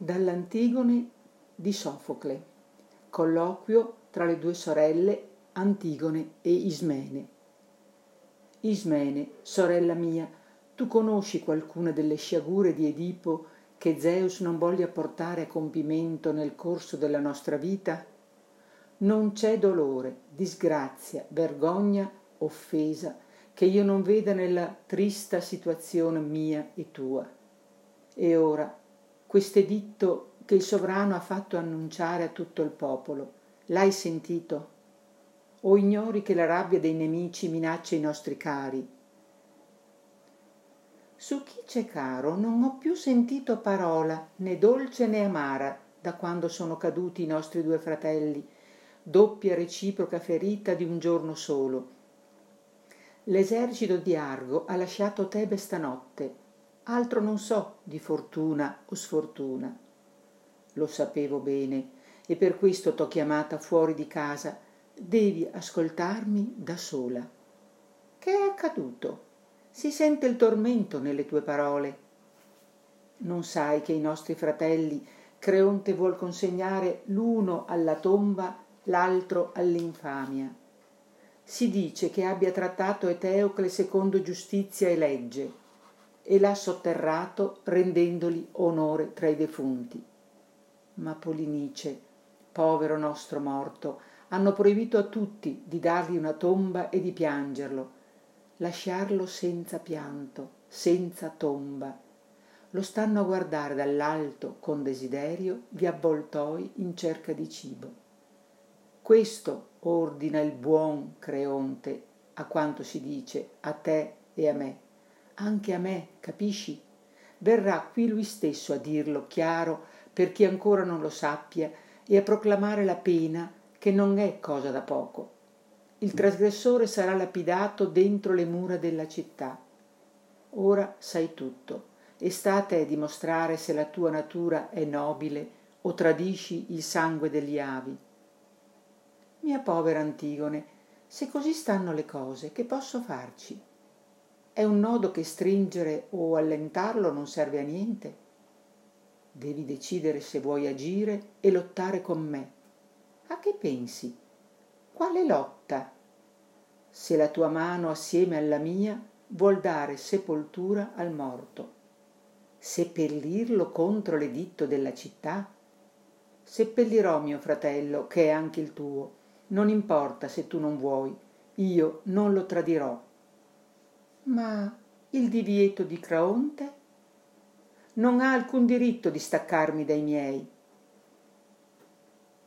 dall'Antigone di Sofocle, colloquio tra le due sorelle Antigone e Ismene. Ismene, sorella mia, tu conosci qualcuna delle sciagure di Edipo che Zeus non voglia portare a compimento nel corso della nostra vita? Non c'è dolore, disgrazia, vergogna, offesa che io non veda nella trista situazione mia e tua. E ora, quest'editto che il sovrano ha fatto annunciare a tutto il popolo, l'hai sentito? O ignori che la rabbia dei nemici minaccia i nostri cari? Su chi c'è caro non ho più sentito parola, né dolce né amara, da quando sono caduti i nostri due fratelli, doppia reciproca ferita di un giorno solo. L'esercito di Argo ha lasciato Tebe stanotte, altro non so di fortuna o sfortuna. Lo sapevo bene e per questo t'ho chiamata fuori di casa. Devi ascoltarmi da sola. Che è accaduto? Si sente il tormento nelle tue parole. Non sai che i nostri fratelli Creonte vuol consegnare l'uno alla tomba, l'altro all'infamia. Si dice che abbia trattato Eteocle secondo giustizia e legge e l'ha sotterrato rendendogli onore tra i defunti. Ma Polinice, povero nostro morto, hanno proibito a tutti di dargli una tomba e di piangerlo, lasciarlo senza pianto, senza tomba. Lo stanno a guardare dall'alto con desiderio gli avvoltoi in cerca di cibo. Questo ordina il buon Creonte, a quanto si dice, a te e a me. Anche a me, capisci? Verrà qui lui stesso a dirlo chiaro per chi ancora non lo sappia e a proclamare la pena che non è cosa da poco. Il trasgressore sarà lapidato dentro le mura della città. Ora sai tutto e sta a te dimostrare se la tua natura è nobile o tradisci il sangue degli avi. Mia povera Antigone, se così stanno le cose, che posso farci? È un nodo che stringere o allentarlo non serve a niente. Devi decidere se vuoi agire e lottare con me. A che pensi? Quale lotta? Se la tua mano assieme alla mia vuol dare sepoltura al morto. Seppellirlo contro l'editto della città? Seppellirò mio fratello, che è anche il tuo. Non importa se tu non vuoi, io non lo tradirò. Ma il divieto di Creonte? Non ha alcun diritto di staccarmi dai miei.